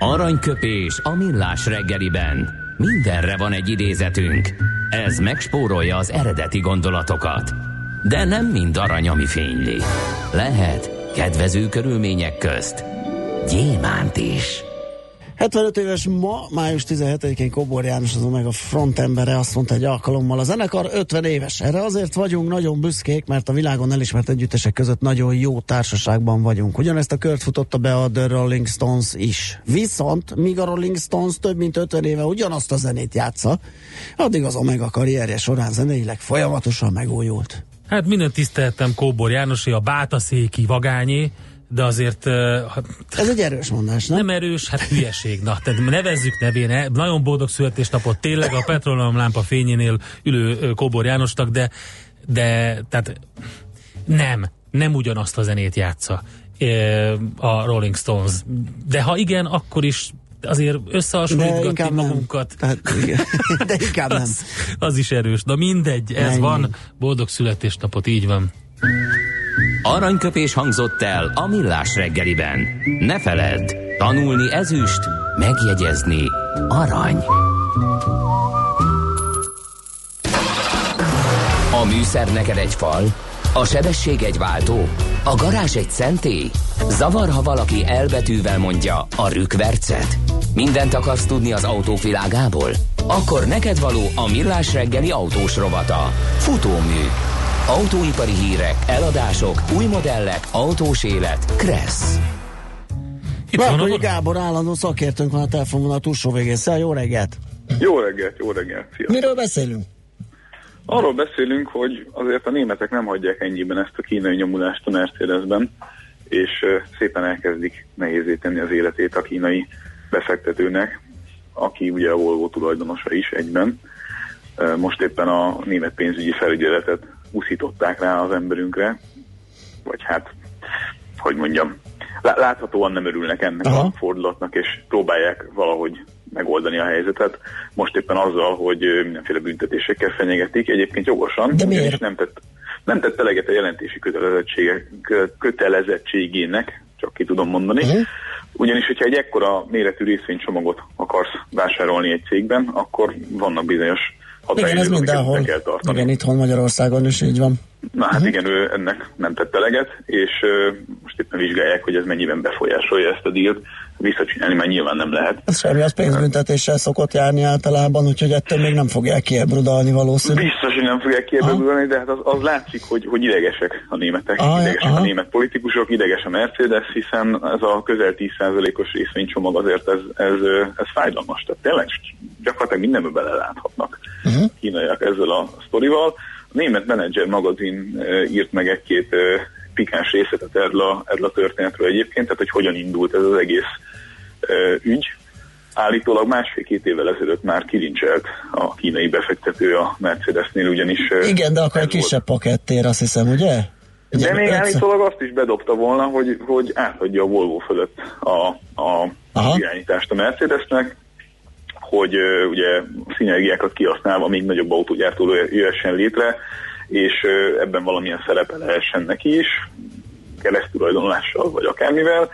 Aranyköpés a millás reggeliben. Mindenre van egy idézetünk. Ez megspórolja az eredeti gondolatokat. De nem mind arany, ami fényli. Lehet kedvező körülmények közt gyémánt is. hetvenöt éves ma, május tizenhetedikén Kóbor János, az Omega frontembere azt mondta egy alkalommal: a zenekar ötven éves. Erre azért vagyunk nagyon büszkék, mert a világon elismert együttesek között nagyon jó társaságban vagyunk. Ugyanezt a kört futotta be a The Rolling Stones is. Viszont, míg a Rolling Stones több mint ötven éve ugyanazt a zenét játsza, addig az Omega karrierje során zeneileg folyamatosan megújult. Hát minden tiszteltem Kóbor Jánosé, a bátaszéki vagányé, de azért... Uh, ez egy erős mondás, nem? Nem erős, hát hülyeség. Na, tehát nevezzük nevén, nagyon boldog születésnapot tényleg a petróleumlámpa fényénél ülő Kóbor Jánosnak, de, de tehát nem, nem ugyanazt a zenét játsza a Rolling Stones. De ha igen, akkor is azért összehasonlítgatni magunkat. Tehát, de inkább nem. Az, az is erős. Na mindegy, ez Ennyi. Van. Boldog születésnapot, így van. Aranyköpés hangzott el a millás reggeliben. Ne feledd, tanulni ezüst, megjegyezni arany. A műszer neked egy fal, a sebesség egy váltó, a garázs egy szentély. Zavar, ha valaki elbetűvel mondja a rükvercet. Mindent akarsz tudni az autók világából? Akkor neked való a millás reggeli autós rovata. Futómű. Autóipari hírek, eladások, új modellek, autós élet. Kressz. Várkonyi Gábor állandó szakértőnk van a telefonvonal túlsó végén. Szia, jó reggelt! Jó reggelt, jó reggelt, szia! Miről beszélünk? Arról beszélünk, hogy azért a németek nem hagyják ennyiben ezt a kínai nyomulást a Mercedesben, és szépen elkezdik nehézé tenni az életét a kínai befektetőnek, aki ugye a Volvo tulajdonosa is egyben. Most éppen a német pénzügyi felügyeletet uszították rá az emberünkre, vagy hát, hogy mondjam, láthatóan nem örülnek ennek Aha. a fordulatnak, és próbálják valahogy megoldani a helyzetet. Most éppen azzal, hogy mindenféle büntetésekkel fenyegetik, egyébként jogosan, de miért? nem tett, nem tett eleget a jelentési kötelezettségének, csak ki tudom mondani. Uh-huh. Ugyanis, hogyha egy ekkora méretű részvénycsomagot akarsz vásárolni egy cégben, akkor vannak bizonyos igen, ez mindenhol. Kell tartani. Igen, itthon Magyarországon is így van. Na hát uh-huh. igen, ő ennek nem tett eleget, és uh, most éppen vizsgálják, hogy ez mennyiben befolyásolja ezt a dílt. Visszacsinálni már nyilván nem lehet. Ez semmi, az pénzbüntetéssel szokott járni általában, úgyhogy ettől még nem fogják kiebrudalni valószínűleg. Biztos, hogy nem fogják kiebrudalni, de hát az, az látszik, hogy, hogy idegesek a németek, aha, idegesek aha. a német politikusok, ideges a Mercedes, hiszen ez a közel tíz százalékos részvénycsomag azért ez, ez, ez fájdalmas. Tehát tényleg gyakorlatilag mindenbe beleláthatnak uh-huh. kínaiak ezzel a sztorival. A német menedzser magazin írt meg egy-két pikáns részletet erről a, erről a történetről egyébként, tehát hogy hogyan indult ez az egész ö, ügy. Állítólag másfél-két évvel ezelőtt már kilincselt a kínai befektető a Mercedesnél, ugyanis... Igen, de akkor egy kisebb pakettér, azt hiszem, ugye? De még állítólag azt is bedobta volna, hogy, hogy átadja a Volvo fölött a, a irányítást a Mercedesnek, hogy ö, ugye szinergiákat kihasználva még nagyobb autógyártó jöhessen létre, és ebben valamilyen szerepe lehessen neki is, keresztulajdonlással vagy akármivel.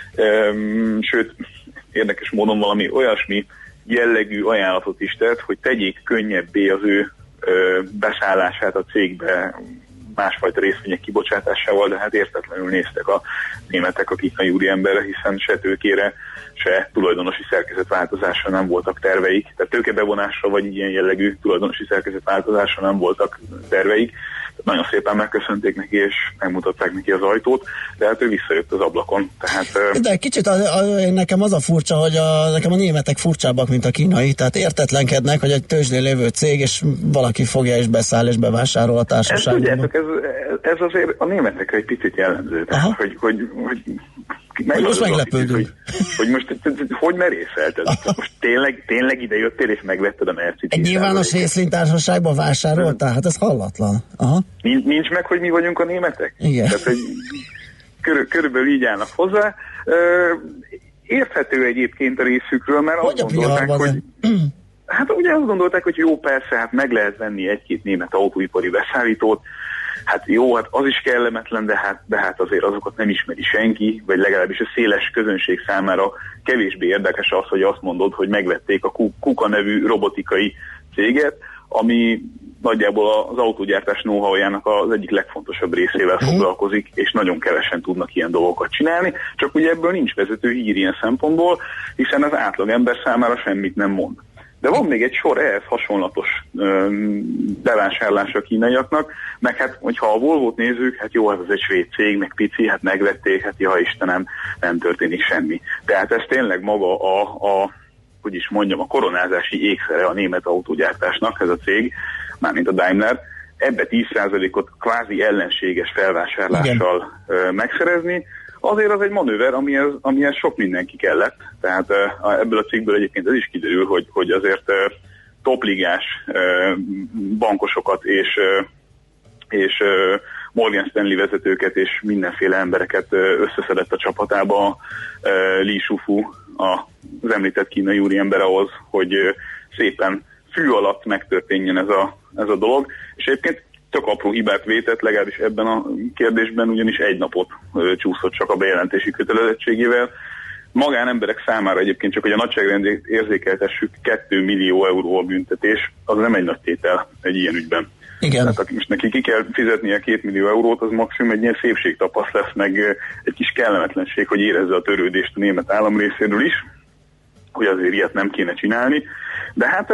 Sőt, érdekes módon valami olyasmi jellegű ajánlatot is tett, hogy tegyék könnyebbé az ő beszállását a cégbe másfajta részvények kibocsátásával, de hát értetlenül néztek a németek a kínai úriemberre, hiszen se tőkére, se tulajdonosi szerkezetváltozásra nem voltak terveik, tehát tőkebevonásra vagy ilyen jellegű tulajdonosi szerkezetváltozásra nem voltak terveik. Nagyon szépen megköszönték neki, és megmutatták neki az ajtót, de hát ő visszajött az ablakon. Tehát, de kicsit a, a, nekem az a furcsa, hogy a, nekem a németek furcsábbak, mint a kínai, tehát értetlenkednek, hogy egy tőzsdén lévő cég, és valaki fogja és beszáll és bevásárol a társaságban. Ez, ez, ez azért a németekre egy picit jellemző, tehát, hogy, hogy, hogy Hogy most meglepődünk. Hogy, hogy most hogy merészelted? Most tényleg, tényleg ide jöttél és megvetted a Mercedes? Egy nyilvános részvénytársaságban vásároltál? Hát ez hallatlan. Aha. Nincs, nincs meg, hogy mi vagyunk a németek? Igen. Tehát, hogy körül, körülbelül így állnak hozzá. Érthető egyébként a részükről, mert hogy azt gondolták, hogy... Hát ugye azt gondolták, hogy jó, persze, hát meg lehet venni egy-két német autóipari beszállítót, hát jó, hát az is kellemetlen, de hát, de hát azért azokat nem ismeri senki, vagy legalábbis a széles közönség számára kevésbé érdekes az, hogy azt mondod, hogy megvették a Kuka nevű robotikai céget, ami nagyjából az autógyártás know-how-jának az egyik legfontosabb részével mm. foglalkozik, és nagyon kevesen tudnak ilyen dolgokat csinálni, csak ugye ebből nincs vezető hír ilyen szempontból, hiszen az átlag ember számára semmit nem mond. De van még egy sor ehhez hasonlatos öm, bevásárlás a kínaiaknak, meg hát, hogyha a Volvót nézzük, hát jó, hát az egy svéd cég, meg pici, hát megvették, hát ja Istenem, nem történik semmi. Tehát ez tényleg maga a, a hogy is mondjam, a koronázási ékszere a német autógyártásnak, ez a cég, mármint a Daimler, ebbe tíz százalékot kvázi ellenséges felvásárlással ö, megszerezni, azért az egy manőver, amihez, amihez sok mindenki kellett. Tehát uh, ebből a cikkből egyébként ez is kiderül, hogy, hogy azért uh, topligás uh, bankosokat és, uh, és uh, Morgan Stanley vezetőket és mindenféle embereket uh, összeszedett a csapatába uh, Li Shufu, az említett kínai úriember ahhoz, hogy uh, szépen fű alatt megtörténjen ez a, ez a dolog. És egyébként tök apró hibát vétett, legalábbis ebben a kérdésben, ugyanis egy napot ö, csúszott csak a bejelentési kötelezettségével. Magánemberek számára egyébként csak, hogy a nagyságrendét érzékeltessük, két millió euró a büntetés, az nem egy nagy tétel egy ilyen ügyben. Igen. Tehát most neki ki kell fizetnie két millió eurót, az maximum egy ilyen szépségtapasz lesz, meg egy kis kellemetlenség, hogy érezze a törődést a német állam részéről is, hogy azért ilyet nem kéne csinálni. De hát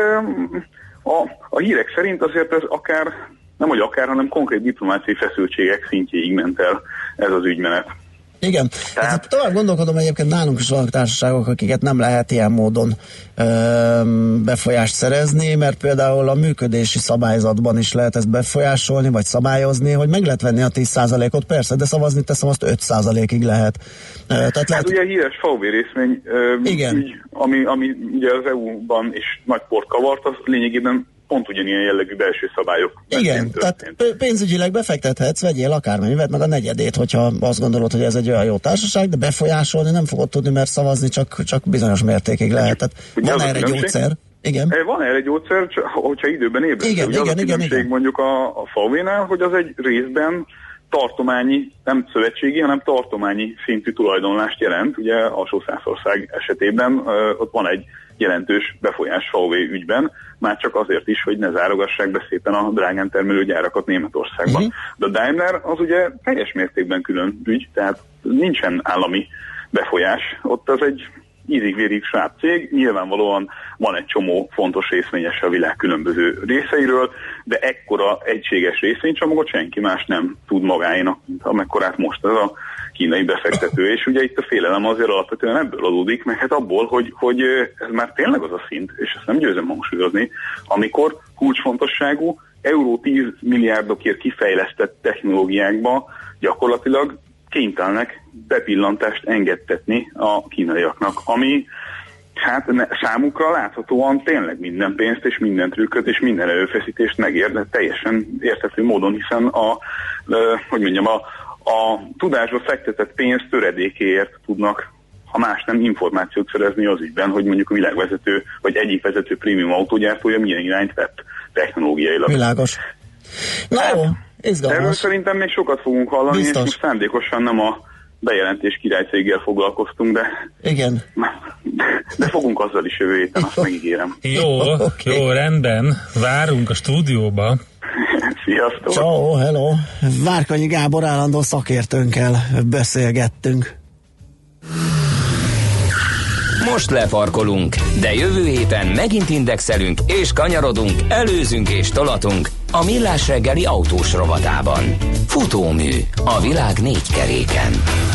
a, a hírek szerint azért ez akár nem hogy akár, hanem konkrét diplomáciai feszültségek szintjéig ment el ez az ügymenet. Igen. Tehát... Hát, tovább gondolkodom, egyébként nálunk is vannak társaságok, akiket nem lehet ilyen módon ö, befolyást szerezni, mert például a működési szabályzatban is lehet ezt befolyásolni, vagy szabályozni, hogy meg lehet venni a tíz százalékot, persze, de szavazni teszem, azt öt százalékig lehet. Ö, tehát hát lehet... ugye a híres vé vé részvény, ö, Igen. Ügy, ami, ami ugye az é u-ban is nagy port kavart, az lényegében pont ugyanilyen jellegű belső szabályok. Igen, tehát pénzügyileg befektethetsz, vegyél akármennyivel, meg a negyedét, hogyha azt gondolod, hogy ez egy olyan jó társaság, de befolyásolni nem fogod tudni, mert szavazni csak, csak bizonyos mértékig lehet. Tehát van erre egy gyógyszer? Igen. Van erre egy gyógyszer, hogyha időben ébredsz. Igen, igen, igen, igen, igen. Mondjuk a, a vé vé-nál, hogy az egy részben tartományi, nem szövetségi, hanem tartományi szintű tulajdonlást jelent. Ugye Alsó-Szászország esetében ö, ott van egy jelentős befolyás vé vé ügyben, már csak azért is, hogy ne zárogassák be szépen a drágán termelő gyárakat Németországban. Uh-huh. De a Daimler az ugye teljes mértékben külön ügy, tehát nincsen állami befolyás. Ott az egy ízig-vérig sváb cég, nyilvánvalóan van egy csomó fontos részvényes a világ különböző részeiről, de ekkora egységes részvénycsomagot senki más nem tud magáénak, mint amekkorát most ez a kínai befektető, és ugye itt a félelem azért alapvetően ebből adódik, meg hát abból, hogy, hogy ez már tényleg az a szint, és ezt nem győzem hangsúlyozni, amikor kulcsfontosságú euró tíz milliárdokért kifejlesztett technológiákba gyakorlatilag kénytelenek bepillantást engedtetni a kínaiaknak, ami hát ne, számukra láthatóan tényleg minden pénzt és minden trükköt és minden előfeszítést megér, de teljesen érthető módon, hiszen a, hogy mondjam, a a tudásba fektetett pénz töredékéért tudnak, ha más nem, információt szerezni az ügyben, hogy mondjuk a világvezető, vagy egyik vezető prémium autógyártója milyen irányt vett technológiailag. Világos. Na jó, izgalmas. Erről szerintem még sokat fogunk hallani, biztos. És most szándékosan nem a bejelentés királycéggel foglalkoztunk, de igen. De fogunk azzal is jövő héten, azt megígérem. Jó, okay. Jó, rendben. Várunk a stúdióba. Sziasztok! Ciao, hello! Várkonyi Gábor állandó szakértőnkkel beszélgettünk. Most lefarkolunk, de jövő héten megint indexelünk és kanyarodunk, előzünk és tolatunk a Millás reggeli autós rovatában. Futómű a világ négy keréken.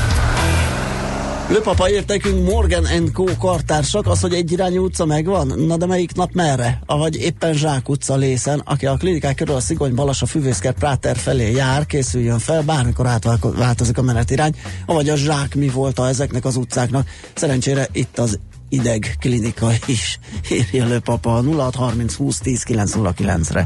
Lőpapa írt nekünk Morgan and Co. kartársak, az, hogy egy irányú utca megvan? Na de melyik nap merre? Avagy éppen Zsák utca Lészen, aki a klinikák körül a Szigony Balas a Füvészkert Práter felé jár, készüljön fel, bármikor átváltozik a menetirány, avagy a Zsák mi volt a ezeknek az utcáknak. Szerencsére itt az ideg klinika is, írja Lőpapa a nulla hat harminc húsz tíz kilenc nulla kilencre.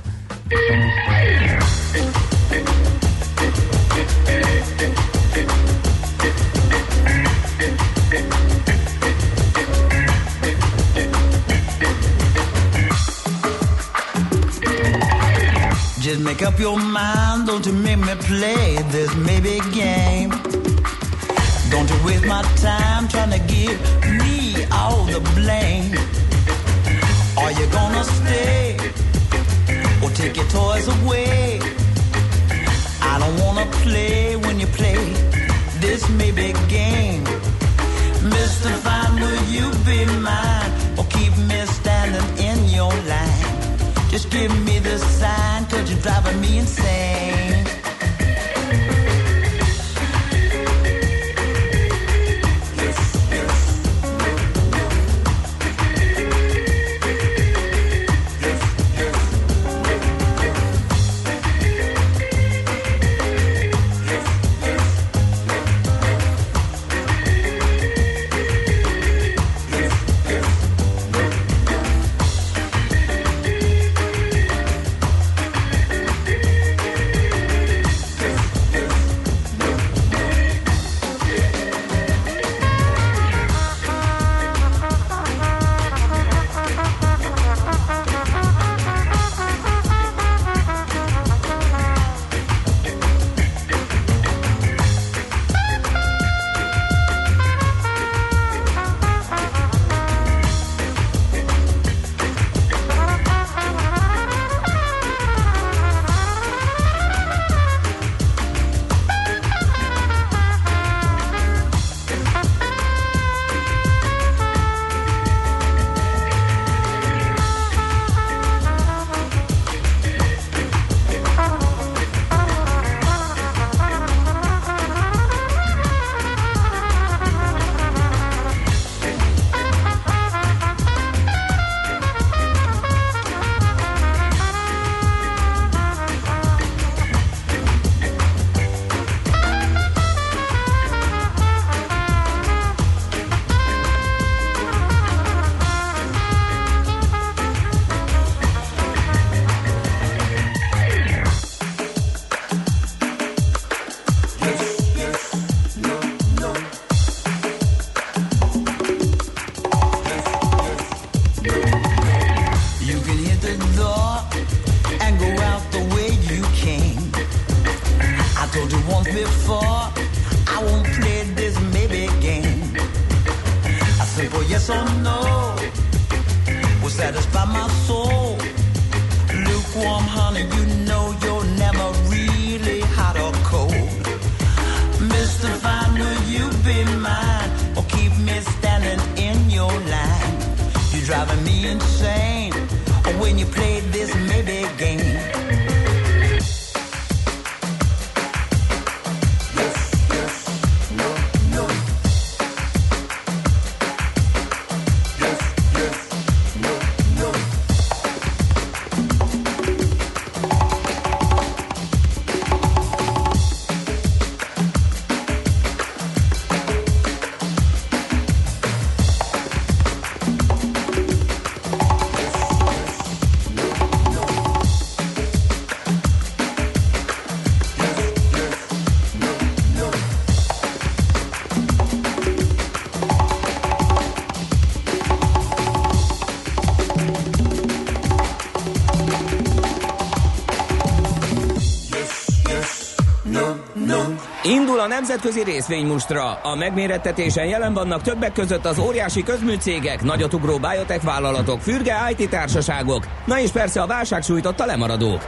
Just make Make up your mind, don't you make me play this maybe game. Don't you waste my time trying to give me all the blame. Are you gonna stay or take your toys away? I don't wanna play when you play this maybe game. Mister Fine, will you be mine or keep me standing in your line? Just give me the sign, cause you're driving me insane. Indul a nemzetközi részvénymustra. A megmérettetésen jelen vannak többek között az óriási közműcégek, nagyotugró biotech vállalatok, fürge i té társaságok, na és persze a válság sújtotta lemaradók.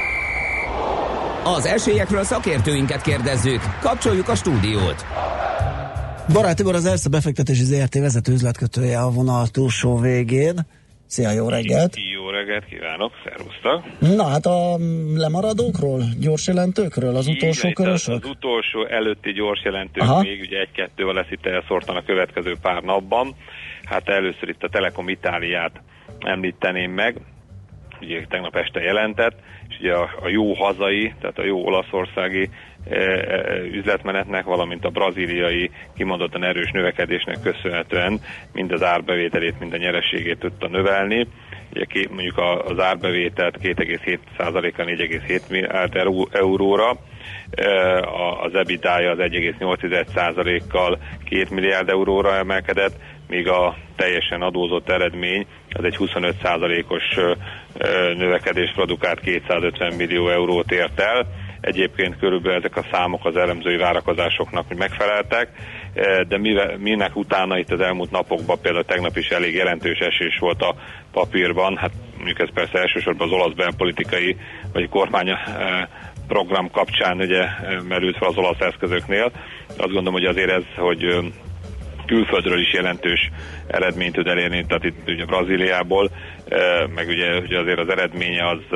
Az esélyekről szakértőinket kérdezzük. Kapcsoljuk a stúdiót. Barát Tibor, az Erste befektetési zé er té vezető üzletkötője a vonal túlsó végén. Szia, jó reggelt! Jó reggelt kívánok, szervusztok! Na hát a lemaradókról, gyors jelentőkről, az utolsó körösök? Az, az utolsó előtti gyors jelentők Aha. még, ugye egy-kettővel lesz itt elszórtan a következő pár napban. Hát először itt a Telekom Itáliát említeném meg, ugye tegnap este jelentett, és ugye a, a jó hazai, tehát a jó olaszországi e, e, üzletmenetnek, valamint a brazíliai kimondottan erős növekedésnek köszönhetően mind az árbevételét, mind a nyereségét tudta növelni. Ugye mondjuk az árbevételt két egész hét százalékkal négy egész hét milliárd euróra, az EBITDA-ja az egy egész nyolc százalékkal két milliárd euróra emelkedett, míg a teljesen adózott eredmény az egy huszonöt százalékos növekedés produkált kétszázötven millió eurót ért el. Egyébként körülbelül ezek a számok az elemzői várakozásoknak megfeleltek, de mivel, minek utána itt az elmúlt napokban, például tegnap is elég jelentős esés volt a papírban, hát mondjuk ez persze elsősorban az olasz belpolitikai vagy kormány program kapcsán ugye merült fel az olasz eszközöknél. Azt gondolom, hogy azért ez, hogy külföldről is jelentős eredményt tud elérni, tehát itt ugye Brazíliából, meg ugye, ugye azért az eredménye az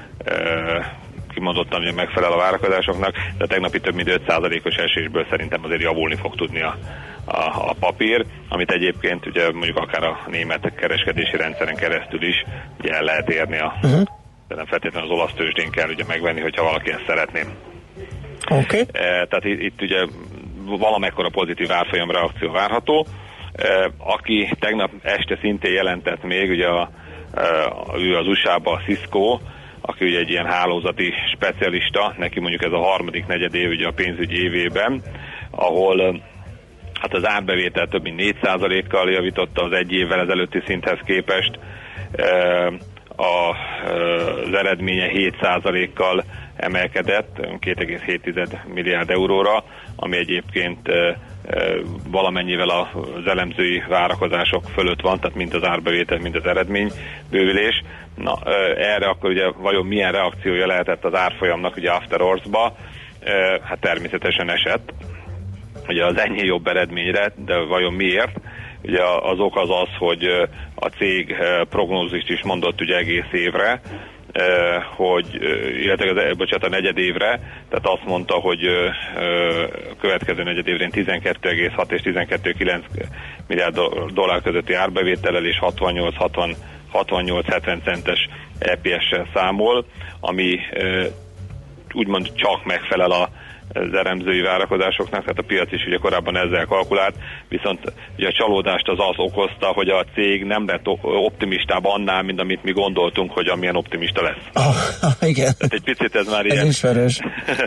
kimondottan ugye megfelel a várakozásoknak, de tegnapi több mint öt százalékos esésből szerintem azért javulni fog tudni a, a, a papír, amit egyébként ugye mondjuk akár a német kereskedési rendszeren keresztül is ugye el lehet érni a uh-huh. de nem feltétlenül az olasz tőzsdén kell ugye megvenni, hogyha valaki ezt szeretné. Oké. Okay. E, tehát itt, itt ugye valamekkora pozitív árfolyam reakció várható. E, aki tegnap este szintén jelentett még, ugye a, a, ő az u es á-ba a Cisco, aki ugye egy ilyen hálózati specialista, neki mondjuk ez a harmadik negyedév ugye a pénzügyi évében, ahol hát az árbevétel több mint négy százalékkal javította az egy évvel ezelőtti szinthez képest, a, az eredménye hét százalékkal emelkedett, két egész hét milliárd euróra, ami egyébként valamennyivel az elemzői várakozások fölött van, tehát mind az árbevétel, mind az eredmény bővülés. Na, erre akkor ugye vajon milyen reakciója lehetett az árfolyamnak ugye After Hours-ba? Hát természetesen esett. Ugye az ennyi jobb eredményre, de vajon miért? Ugye az ok az az, hogy a cég prognózist is mondott ugye egész évre, hogy, illetve bocsánat, a negyed évre, tehát azt mondta, hogy a következő negyed évre tizenkettő egész hat és tizenkettő egész kilenc milliárd dollár közötti árbevétellel és hatvannyolc hetven centes é pé es-sel számol, ami úgymond csak megfelel a az elemzői várakozásoknak, tehát a piac is ugye korábban ezzel kalkulált, viszont ugye a csalódást az az okozta, hogy a cég nem lett optimistább annál, mint amit mi gondoltunk, hogy amilyen optimista lesz. Oh, igen. Tehát egy picit ez már ez ilyen. Ismerős.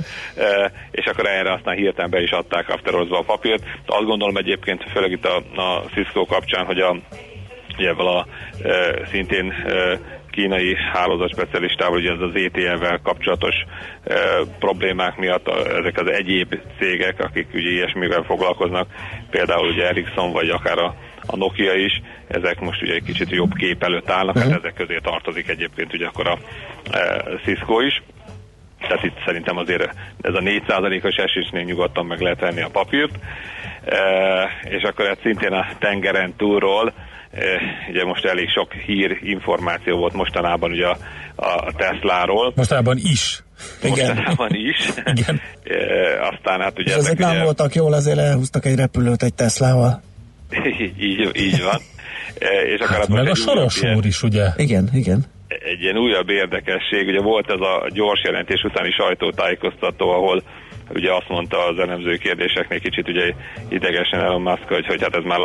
És akkor erre aztán hirtelen be is adták After Hours-ba a papírt. Azt gondolom egyébként, főleg itt a, a Cisco kapcsán, hogy a ugye a e, szintén e, kínai hálózat specialistával, ugye ez az é té el-vel kapcsolatos e, problémák miatt a, ezek az egyéb cégek, akik ugye ilyesmivel foglalkoznak, például ugye Ericsson vagy akár a, a Nokia is, ezek most ugye egy kicsit jobb kép előtt állnak, uh-huh. hát ezek közé tartozik egyébként ugye akkor a e, Cisco is. Tehát itt szerintem azért ez a négy százalékos esésnél nyugodtan meg lehet venni a papírt. E, és akkor ez szintén a tengeren túlról, e, ugye most elég sok hír, információ volt mostanában ugye a, a Tesláról. Mostanában is. Mostanában is. Igen. E, aztán hát ugye... És ezek nem ugye, voltak jól, azért elhúztak egy repülőt egy Teslával. így, így van. E, és hát meg a Soros úr is, ugye? Igen, igen. Egy ilyen újabb érdekesség, ugye volt ez a gyors jelentés utáni sajtótájékoztató, ahol ugye azt mondta az elemzői kérdéseknél kicsit ugye idegesen Elon Musk, hogy, hogy hát ez már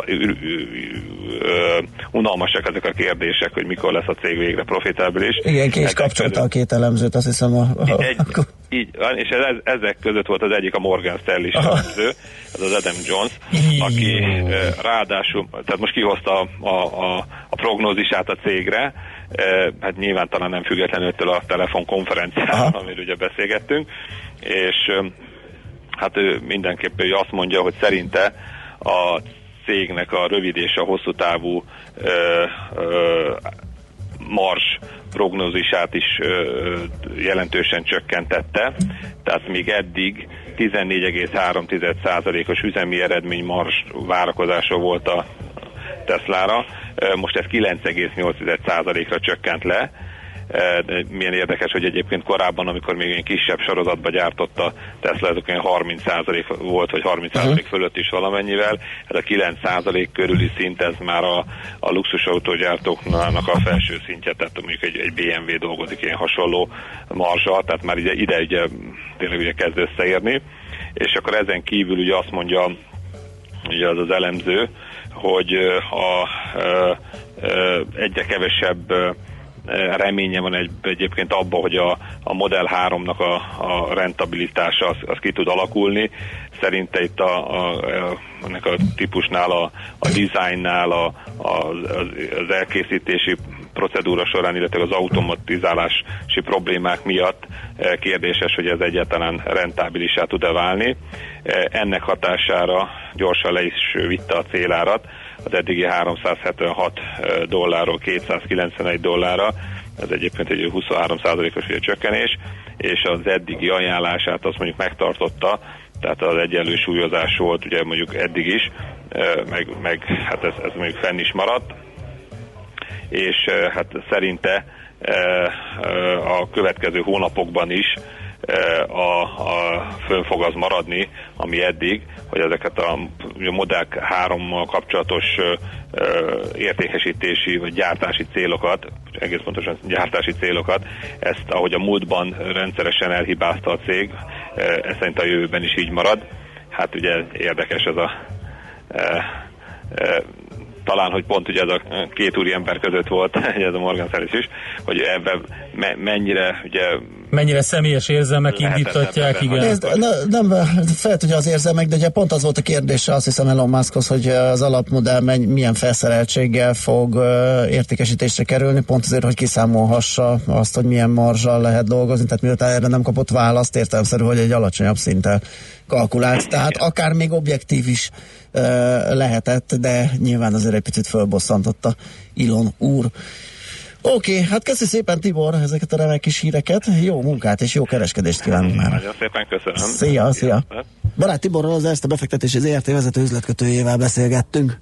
unalmasak ezek a kérdések, hogy mikor lesz a cég végre profitábilis. Igen, ki is kapcsolta a két elemzőt, azt hiszem. A, a, egy, így van, és ez, ezek között volt az egyik a Morgan Stanley elemző, ez az Adam Jones, aki ráadásul, tehát most kihozta a, a, a prognózisát a cégre, hát nyilván talán nem függetlenül a telefonkonferencián, amiről ugye beszélgettünk, és hát ő mindenképpen azt mondja, hogy szerinte a cégnek a rövid és a hosszú távú ö, ö, mars prognózisát is ö, jelentősen csökkentette, tehát még eddig tizennégy egész három százalékos üzemi eredmény mars várakozása volt a Teslára, most ez kilenc egész nyolc százalékra csökkent le. De milyen érdekes, hogy egyébként korábban, amikor még egy kisebb sorozatba gyártott a Tesla, ez olyan harminc százalék volt, vagy harminc százalék uh-huh. fölött is valamennyivel. Ez a kilenc százalék körüli szint, ez már a, a luxusautógyártóknak a felső szintje, tehát mondjuk egy, egy bé em vé dolgozik ilyen hasonló marzsal, tehát már ide, ide ugye, tényleg ugye kezd összeérni. És akkor ezen kívül ugye azt mondja ugye az az elemző, hogy a, a, a, egyre kevesebb reménye van egy, egyébként abban, hogy a, a Model háromnak a, a rentabilitása az, az ki tud alakulni. Szerinte itt a, a, a, ennek a típusnál, a, a designnál, a, a, az elkészítési procedúra során, illetve az automatizálási problémák miatt kérdéses, hogy ez egyáltalán rentábilisá tud-e válni. Ennek hatására gyorsan le is vitte a célárat, az eddigi háromszázhetvenhat dollárról kétszázkilencvenegy dollárra, ez egyébként egy huszonhárom százalékos csökkenés, és az eddigi ajánlását azt mondjuk megtartotta, tehát az egyenlő súlyozás volt ugye mondjuk eddig is, meg, meg hát ez, ez mondjuk fenn is maradt, és hát szerinte a következő hónapokban is a, a fönn fog az maradni, ami eddig, hogy ezeket a, a Model hárommal kapcsolatos értékesítési vagy gyártási célokat, egész pontosan gyártási célokat, ezt ahogy a múltban rendszeresen elhibázta a cég, ez szerint a jövőben is így marad. Hát ugye érdekes ez a e, e, talán, hogy pont ugye ez a két úri ember között volt, ez a Morgan Stanley is, hogy ebben me, mennyire ugye mennyire személyes érzelmek indítatják, igen. Nézd, ne, nem fel tudja az érzelmek, de ugye pont az volt a kérdése, azt hiszem Elon Muskhoz, hogy az alapmodell menny, milyen felszereltséggel fog uh, értékesítésre kerülni, pont azért, hogy kiszámolhassa azt, hogy milyen marzsal lehet dolgozni, tehát miután erre nem kapott választ, értelemszerű, hogy egy alacsonyabb szinten kalkulált, tehát akár még objektív is uh, lehetett, de nyilván azért egy picit fölbosszantotta Elon úr. Oké, okay, hát köszi szépen Tibor ezeket a remek kis híreket, jó munkát és jó kereskedést kívánunk már. Nagyon szépen köszönöm. Szia, szia. Barát Tiborral, az Erste befektetési zé er té vezető üzletkötőjével beszélgettünk.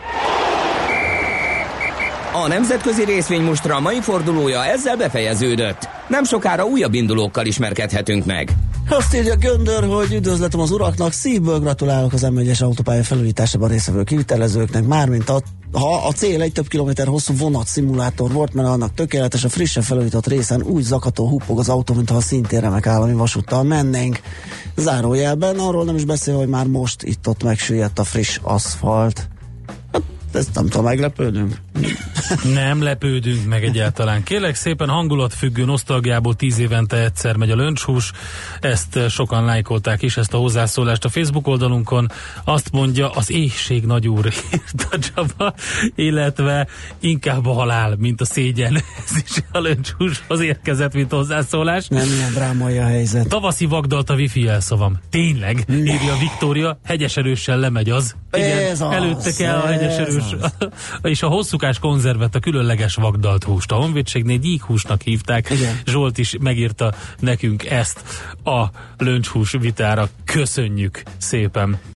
A nemzetközi részvénymustra mai fordulója ezzel befejeződött. Nem sokára újabb indulókkal ismerkedhetünk meg. Azt írja Göndör, hogy üdvözletem az uraknak, szívből gratulálok az em egyes autópálya felújításában résztvevő kivitelezőknek, mármint a, ha a cél egy több kilométer hosszú vonatszimulátor volt, mert annak tökéletes, a frissen felújított részen úgy zakató huppog az autó, mintha a szintén remek állami vasúttal mennénk. Zárójelben, arról nem is beszél, hogy már most itt-ott megsüllyedt a friss aszfalt. Ezt nem tudom, meglepődünk? Nem lepődünk meg egyáltalán. Kérlek szépen, hangulatfüggő nosztalgiából tíz évente egyszer megy a löncshús. Ezt sokan lájkolták is, ezt a hozzászólást a Facebook oldalunkon. Azt mondja, az éhség nagyúr, írta Csaba, illetve inkább a halál, mint a szégyen. Ez is a löncshúshoz érkezett, mint hozzászólás. Nem ilyen drámai a helyzet. Tavaszi vagdalt a wifi elszavam. Tényleg, írja Viktória, hegyeserőssel lemegy az. Igen, ez az, előtte kell a hegyeserős és a hosszúkás konzervet, a különleges vagdalt húst. A honvédségnél gyíkhúsnak hívták. Igen. Zsolt is megírta nekünk ezt a löncshús vitára. Köszönjük szépen!